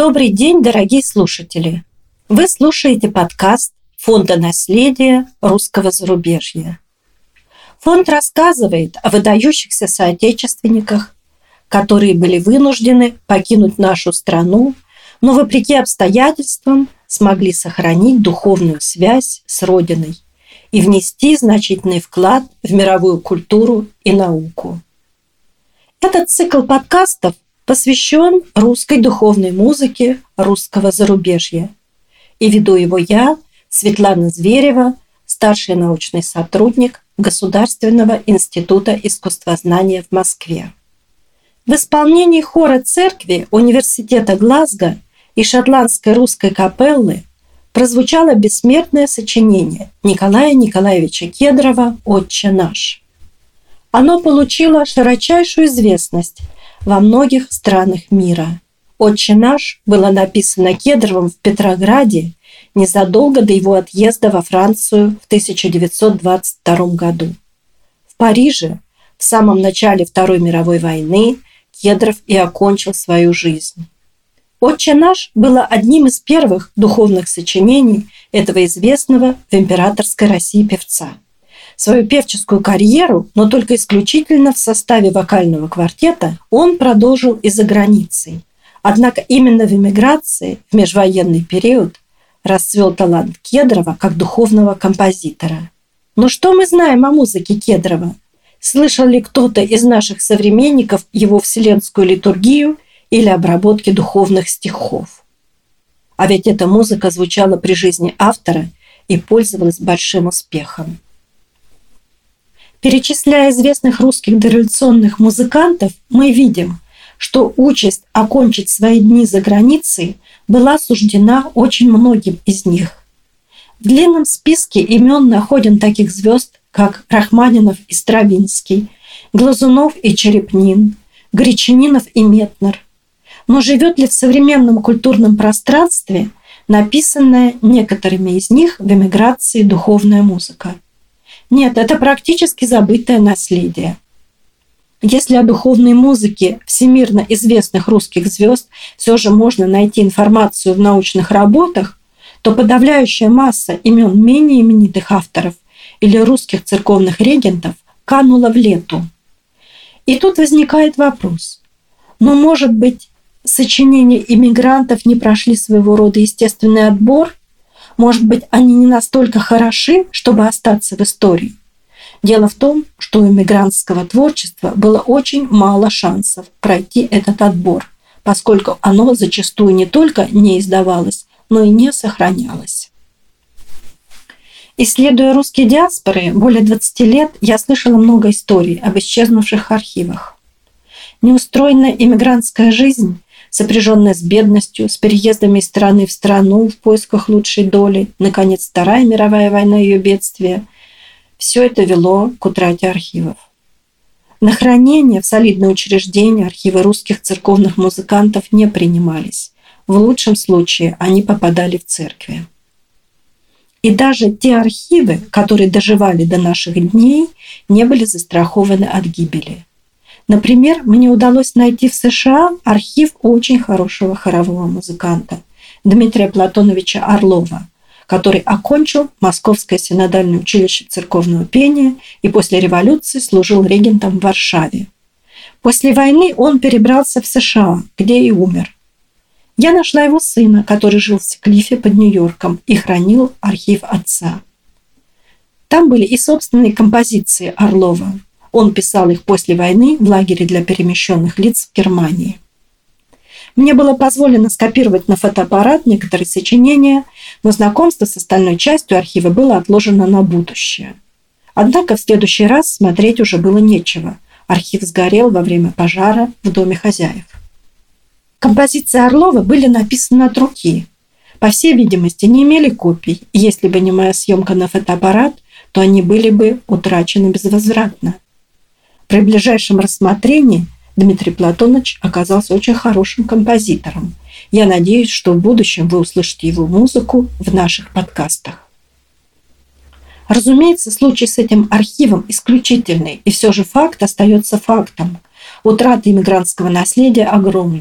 Добрый день, дорогие слушатели! Вы слушаете подкаст Фонда наследия русского зарубежья. Фонд рассказывает о выдающихся соотечественниках, которые были вынуждены покинуть нашу страну, но вопреки обстоятельствам смогли сохранить духовную связь с Родиной и внести значительный вклад в мировую культуру и науку. Этот цикл подкастов посвящен русской духовной музыке русского зарубежья. И веду его я, Светлана Зверева, старший научный сотрудник Государственного института искусствознания в Москве. В исполнении хора церкви Университета Глазго и шотландской русской капеллы прозвучало бессмертное сочинение Николая Николаевича Кедрова «Отче наш». Оно получило широчайшую известность во многих странах мира. «Отче наш» было написано Кедровым в Петрограде незадолго до его отъезда во Францию в 1922 году. В Париже в самом начале Второй мировой войны Кедров и окончил свою жизнь. «Отче наш» было одним из первых духовных сочинений этого известного в императорской России певца. Свою певческую карьеру, но только исключительно в составе вокального квартета, он продолжил и за границей. Однако именно в эмиграции, в межвоенный период, расцвел талант Кедрова как духовного композитора. Но что мы знаем о музыке Кедрова? Слышал ли кто-то из наших современников его вселенскую литургию или обработки духовных стихов? А ведь эта музыка звучала при жизни автора и пользовалась большим успехом. Перечисляя известных русских дореволюционных музыкантов, мы видим, что участь окончить свои дни за границей была суждена очень многим из них. В длинном списке имен находим таких звезд, как Рахманинов и Стравинский, Глазунов и Черепнин, Гречанинов и Метнер. Но живет ли в современном культурном пространстве написанная некоторыми из них в эмиграции духовная музыка? Нет, это практически забытое наследие. Если о духовной музыке всемирно известных русских звезд все же можно найти информацию в научных работах, то подавляющая масса имен менее именитых авторов или русских церковных регентов канула в лету. И тут возникает вопрос. Но, может быть, сочинения иммигрантов не прошли своего рода естественный отбор? Может быть, они не настолько хороши, чтобы остаться в истории? Дело в том, что у эмигрантского творчества было очень мало шансов пройти этот отбор, поскольку оно зачастую не только не издавалось, но и не сохранялось. Исследуя русские диаспоры более 20 лет, я слышала много историй об исчезнувших архивах. Неустроенная иммигрантская жизнь, сопряженная с бедностью, с переездами из страны в страну в поисках лучшей доли, наконец, Вторая мировая война и ее бедствия – все это вело к утрате архивов. На хранение в солидные учреждения архивы русских церковных музыкантов не принимались. В лучшем случае они попадали в церкви. И даже те архивы, которые доживали до наших дней, не были застрахованы от гибели. Например, мне удалось найти в США архив очень хорошего хорового музыканта Дмитрия Платоновича Орлова, который окончил Московское синодальное училище церковного пения и после революции служил регентом в Варшаве. После войны он перебрался в США, где и умер. Я нашла его сына, который жил в Клиффе под Нью-Йорком и хранил архив отца. Там были и собственные композиции Орлова. Он писал их после войны в лагере для перемещенных лиц в Германии. Мне было позволено скопировать на фотоаппарат некоторые сочинения, но знакомство с остальной частью архива было отложено на будущее. Однако в следующий раз смотреть уже было нечего. Архив сгорел во время пожара в доме хозяев. Композиции Орлова были написаны от руки. По всей видимости, не имели копий, и если бы не моя съемка на фотоаппарат, то они были бы утрачены безвозвратно. При ближайшем рассмотрении Дмитрий Платонович оказался очень хорошим композитором. Я надеюсь, что в будущем вы услышите его музыку в наших подкастах. Разумеется, случай с этим архивом исключительный, и все же факт остается фактом. Утраты иммигрантского наследия огромные.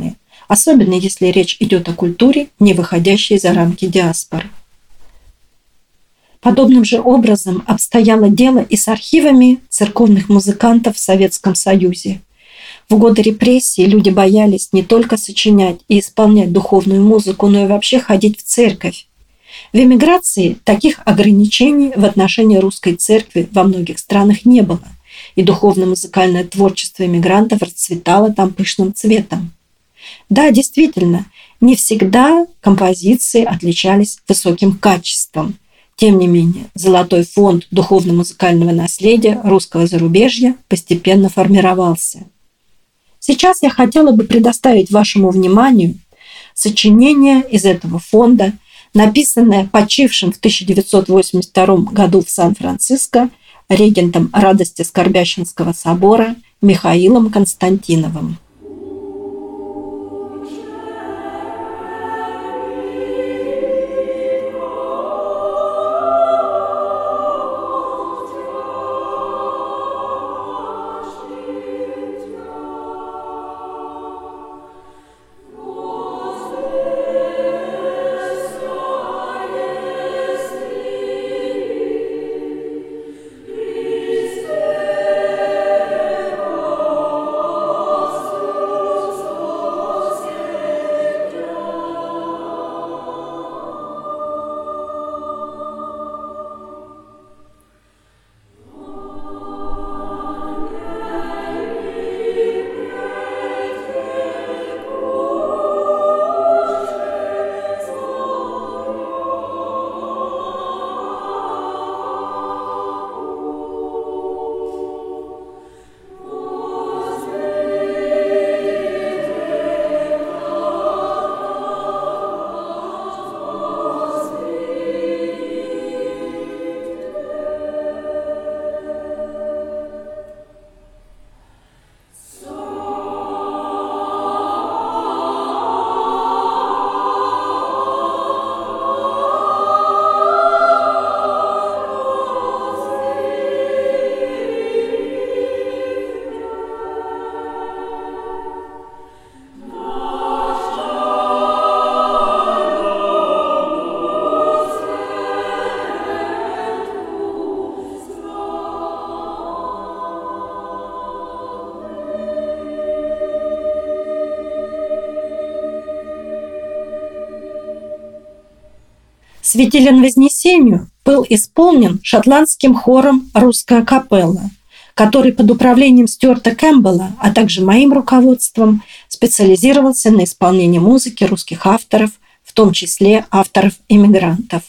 особенно если речь идет о культуре, не выходящей за рамки диаспоры. Подобным же образом обстояло дело и с архивами церковных музыкантов в Советском Союзе. В годы репрессий люди боялись не только сочинять и исполнять духовную музыку, но и вообще ходить в церковь. В эмиграции таких ограничений в отношении русской церкви во многих странах не было, и духовно-музыкальное творчество эмигрантов расцветало там пышным цветом. Да, действительно, не всегда композиции отличались высоким качеством. Тем не менее, золотой фонд духовно-музыкального наследия русского зарубежья постепенно формировался. Сейчас я хотела бы предоставить вашему вниманию сочинение из этого фонда, написанное почившим в 1982 году в Сан-Франциско регентом Радости Скорбященского собора Михаилом Константиновым. «Светилен Вознесению» был исполнен шотландским хором «Русская капелла», который под управлением Стюарта Кэмпбелла, а также моим руководством, специализировался на исполнении музыки русских авторов, в том числе авторов-иммигрантов.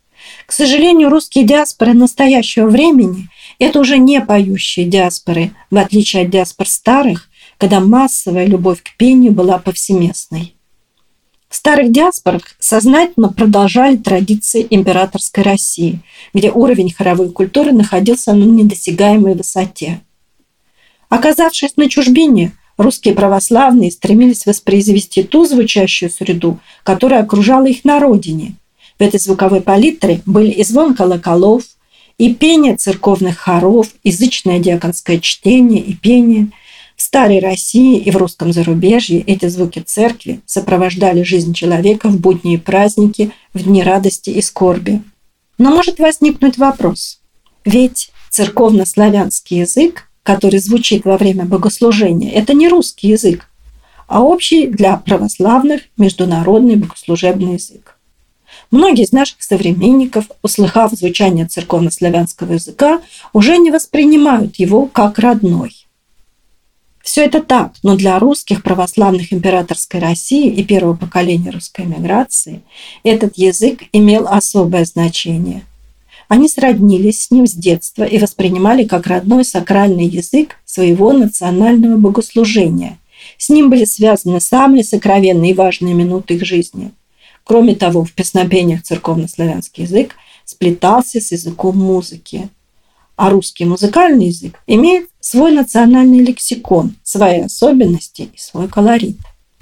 К сожалению, русские диаспоры настоящего времени – это уже не поющие диаспоры, в отличие от диаспор старых, когда массовая любовь к пению была повсеместной. В старых диаспорах сознательно продолжали традиции императорской России, где уровень хоровой культуры находился на недосягаемой высоте. Оказавшись на чужбине, русские православные стремились воспроизвести ту звучащую среду, которая окружала их на родине. В этой звуковой палитре были и звон колоколов, и пение церковных хоров, язычное диаконское чтение и пение. В старой России и в русском зарубежье эти звуки церкви сопровождали жизнь человека в будни и праздники, в дни радости и скорби. Но может возникнуть вопрос. Ведь церковно-славянский язык, который звучит во время богослужения, это не русский язык, а общий для православных международный богослужебный язык. Многие из наших современников, услыхав звучание церковно-славянского языка, уже не воспринимают его как родной. Все это так, но для русских православных императорской России и первого поколения русской эмиграции этот язык имел особое значение. Они сроднились с ним с детства и воспринимали как родной сакральный язык своего национального богослужения. С ним были связаны самые сокровенные и важные минуты их жизни. Кроме того, в песнопениях церковно-славянский язык сплетался с языком музыки. А русский музыкальный язык имеет свой национальный лексикон, свои особенности и свой колорит.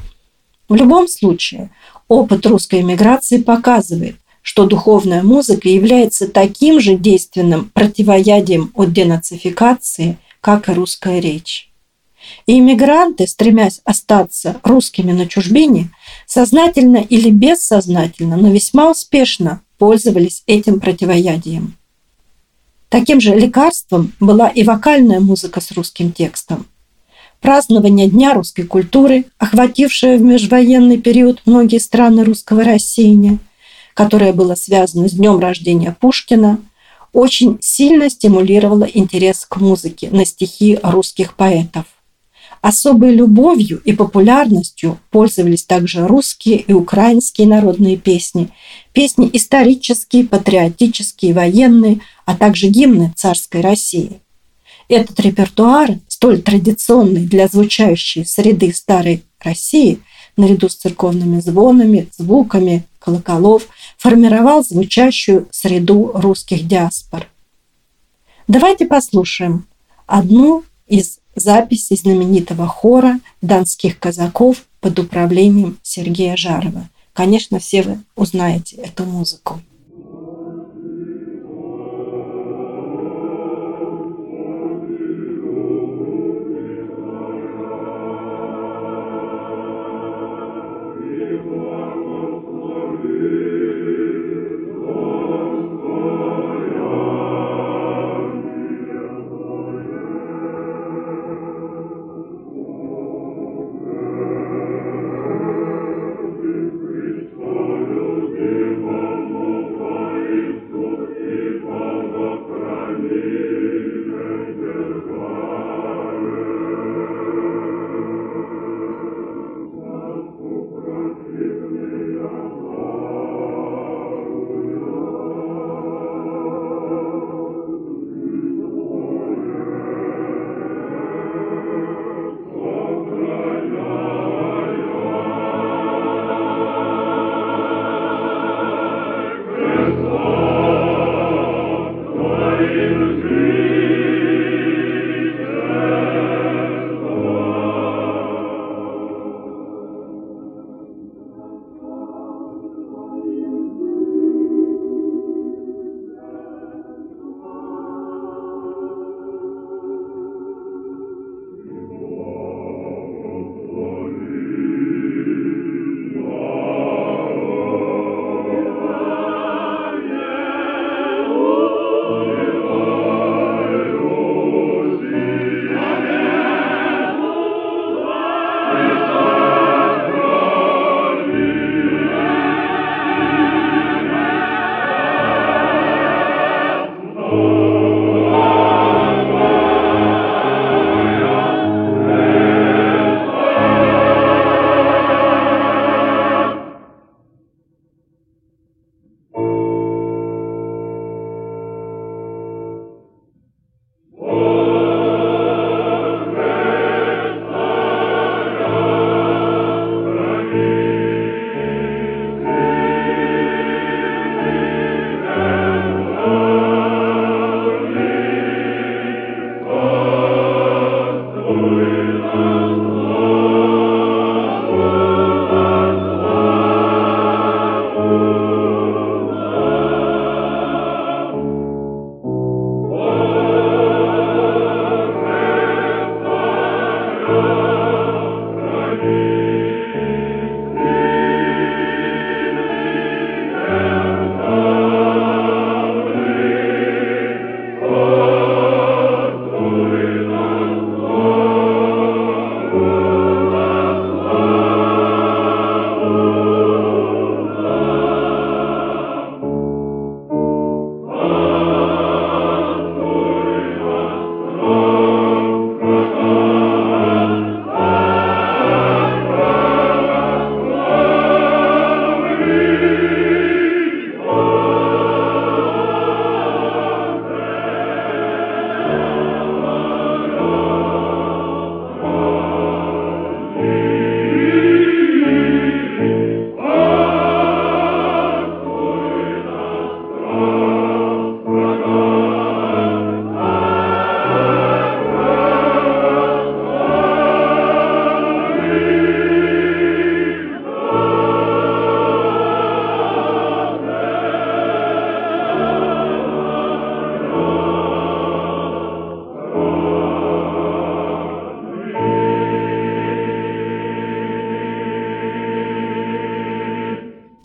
В любом случае, опыт русской эмиграции показывает, что духовная музыка является таким же действенным противоядием от денацификации, как и русская речь. И иммигранты, стремясь остаться русскими на чужбине, сознательно или бессознательно, но весьма успешно пользовались этим противоядием. Таким же лекарством была и вокальная музыка с русским текстом. Празднование Дня русской культуры, охватившее в межвоенный период многие страны русского рассеяния, которое было связано с днем рождения Пушкина, очень сильно стимулировало интерес к музыке на стихи русских поэтов. Особой любовью и популярностью пользовались также русские и украинские народные песни, песни исторические, патриотические, военные, а также гимны царской России. Этот репертуар, столь традиционный для звучащей среды старой России, наряду с церковными звонами, звуками колоколов, формировал звучащую среду русских диаспор. Давайте послушаем одну из записей знаменитого хора донских казаков под управлением Сергея Жарова. Конечно, все вы узнаете эту музыку.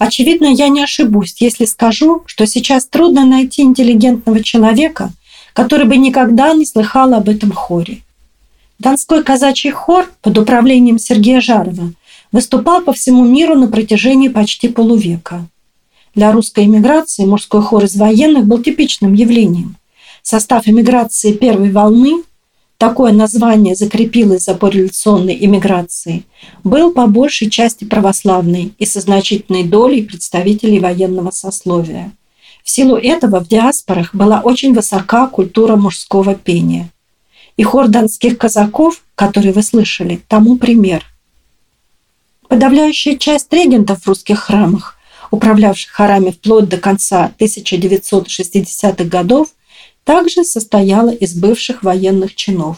Очевидно, я не ошибусь, если скажу, что сейчас трудно найти интеллигентного человека, который бы никогда не слыхал об этом хоре. Донской казачий хор под управлением Сергея Жарова выступал по всему миру на протяжении почти полувека. Для русской эмиграции мужской хор из военных был типичным явлением. Состав эмиграции первой волны, такое название закрепилось за пореволюционной эмиграцией, был по большей части православный и со значительной долей представителей военного сословия. В силу этого в диаспорах была очень высока культура мужского пения. И хор донских казаков, который вы слышали, тому пример. Подавляющая часть регентов в русских храмах, управлявших хорами вплоть до конца 1960-х годов, также состояла из бывших военных чинов.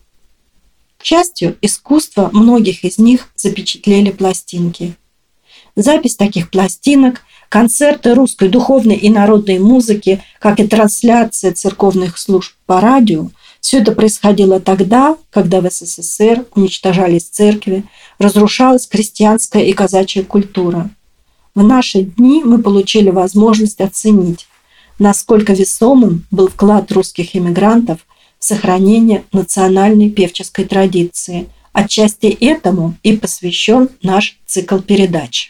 К счастью, искусство многих из них запечатлели пластинки. Запись таких пластинок, концерты русской духовной и народной музыки, как и трансляция церковных служб по радио, все это происходило тогда, когда в СССР уничтожались церкви, разрушалась крестьянская и казачья культура. В наши дни мы получили возможность оценить, насколько весомым был вклад русских эмигрантов в сохранение национальной певческой традиции. Отчасти этому и посвящен наш цикл передач.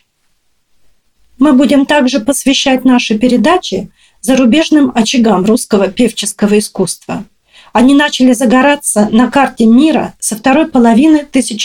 Мы будем также посвящать наши передачи зарубежным очагам русского певческого искусства. Они начали загораться на карте мира со второй половины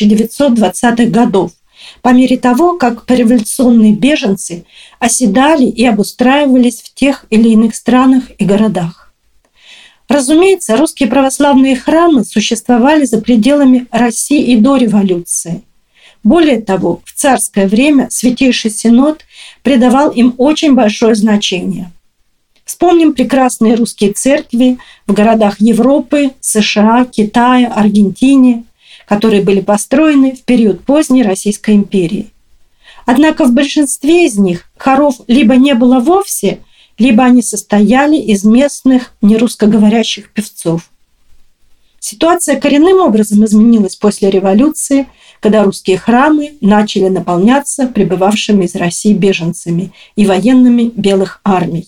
1920-х годов, по мере того, как пореволюционные беженцы оседали и обустраивались в тех или иных странах и городах. Разумеется, русские православные храмы существовали за пределами России и до революции. Более того, в царское время Святейший Синод придавал им очень большое значение. Вспомним прекрасные русские церкви в городах Европы, США, Китая, Аргентине, которые были построены в период поздней Российской империи. Однако в большинстве из них хоров либо не было вовсе, либо они состояли из местных нерусскоговорящих певцов. Ситуация коренным образом изменилась после революции, когда русские храмы начали наполняться прибывавшими из России беженцами и военными белых армий.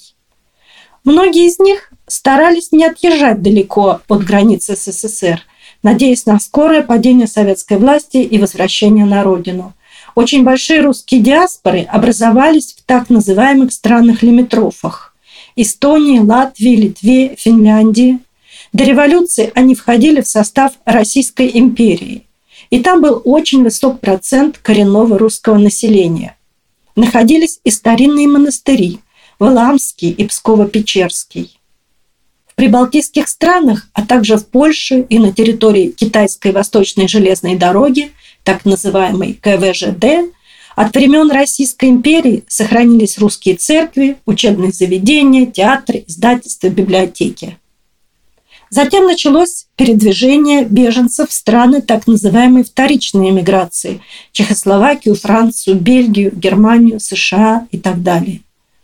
Многие из них старались не отъезжать далеко от границы СССР, надеясь на скорое падение советской власти и возвращение на родину. Очень большие русские диаспоры образовались в так называемых странах-лимитрофах – Эстонии, Латвии, Литве, Финляндии. До революции они входили в состав Российской империи, и там был очень высок процент коренного русского населения. Находились и старинные монастыри – Валаамский и Псково-Печерский. В прибалтийских странах, а также в Польше и на территории Китайской Восточной железной дороги, так называемой КВЖД, от времен Российской империи сохранились русские церкви, учебные заведения, театры, издательства, библиотеки. Затем началось передвижение беженцев в страны так называемой вторичной эмиграции – Чехословакию, Францию, Бельгию, Германию, США и так далее.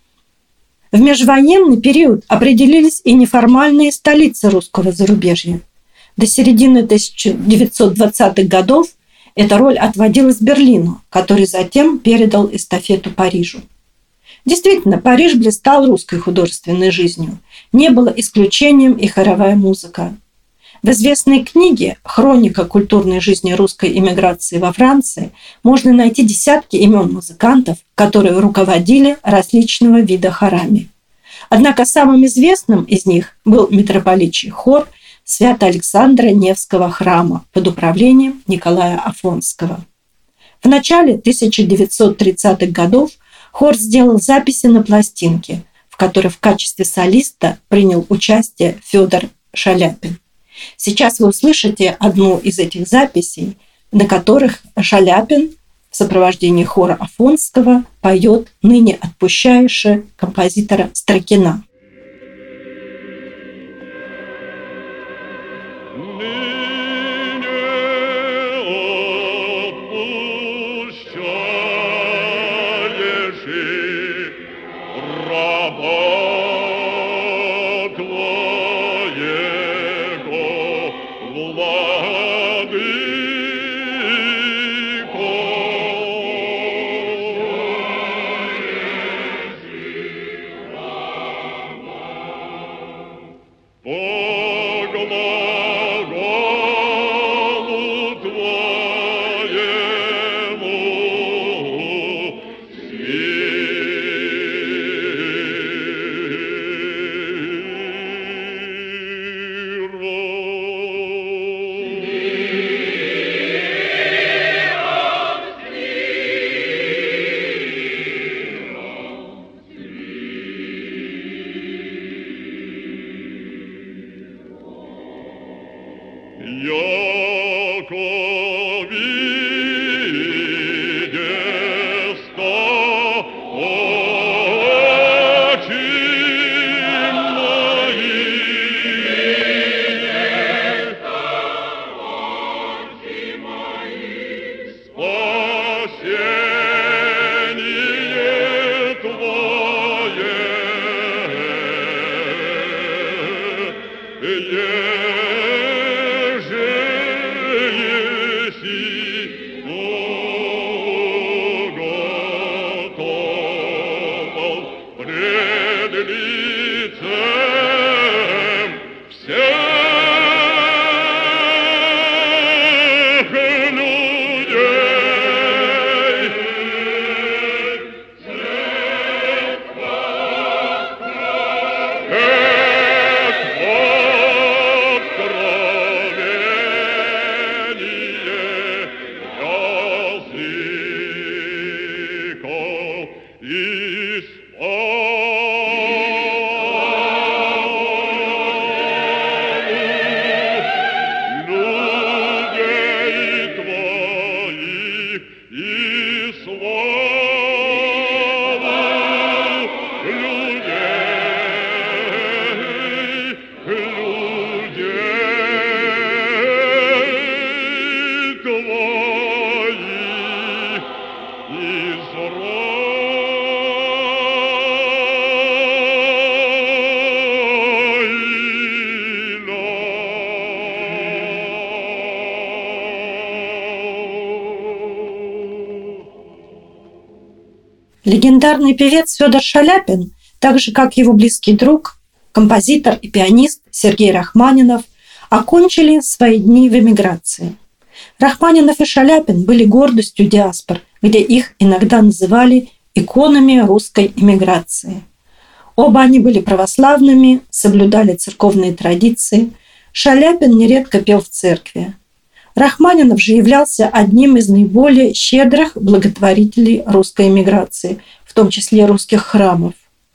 В межвоенный период определились и неформальные столицы русского зарубежья. До середины 1920-х годов эта роль отводилась Берлину, который затем передал эстафету Парижу. Действительно, Париж блистал русской художественной жизнью. Не было исключением и хоровая музыка. В известной книге «Хроника культурной жизни русской эмиграции во Франции» можно найти десятки имен музыкантов, которые руководили различного вида хорами. Однако самым известным из них был митрополичий хор Свято-Александра Невского храма под управлением Николая Афонского. В начале 1930-х годов хор сделал записи на пластинке, в которой в качестве солиста принял участие Федор Шаляпин. Сейчас вы услышите одну из этих записей, на которых Шаляпин в сопровождении хора Афонского поет ныне отпущаеше композитора Строкина. и Легендарный певец Фёдор Шаляпин, так же как его близкий друг, композитор и пианист Сергей Рахманинов, окончили свои дни в эмиграции. Рахманинов и Шаляпин были гордостью диаспор, где их иногда называли иконами русской эмиграции. Оба они были православными, соблюдали церковные традиции. Шаляпин нередко пел в церкви. Рахманинов же являлся одним из наиболее щедрых благотворителей русской эмиграции, в том числе русских храмов.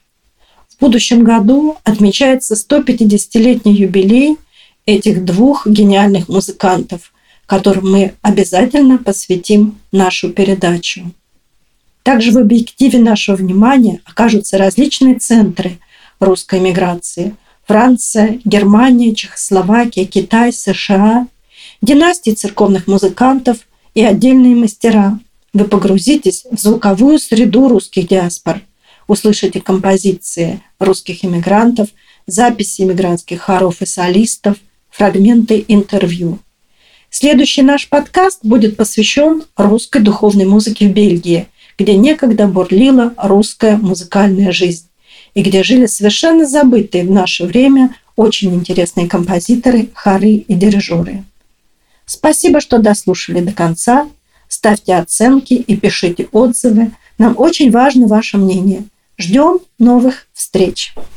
В будущем году отмечается 150-летний юбилей этих двух гениальных музыкантов, которым мы обязательно посвятим нашу передачу. Также в объективе нашего внимания окажутся различные центры русской эмиграции: Франция, Германия, Чехословакия, Китай, США, династии церковных музыкантов и отдельные мастера. Вы погрузитесь в звуковую среду русских диаспор, услышите композиции русских эмигрантов, записи эмигрантских хоров и солистов, фрагменты интервью. Следующий наш подкаст будет посвящен русской духовной музыке в Бельгии, где некогда бурлила русская музыкальная жизнь и где жили совершенно забытые в наше время очень интересные композиторы, хоры и дирижеры. Спасибо, что дослушали до конца. Ставьте оценки и пишите отзывы. Нам очень важно ваше мнение. Ждем новых встреч.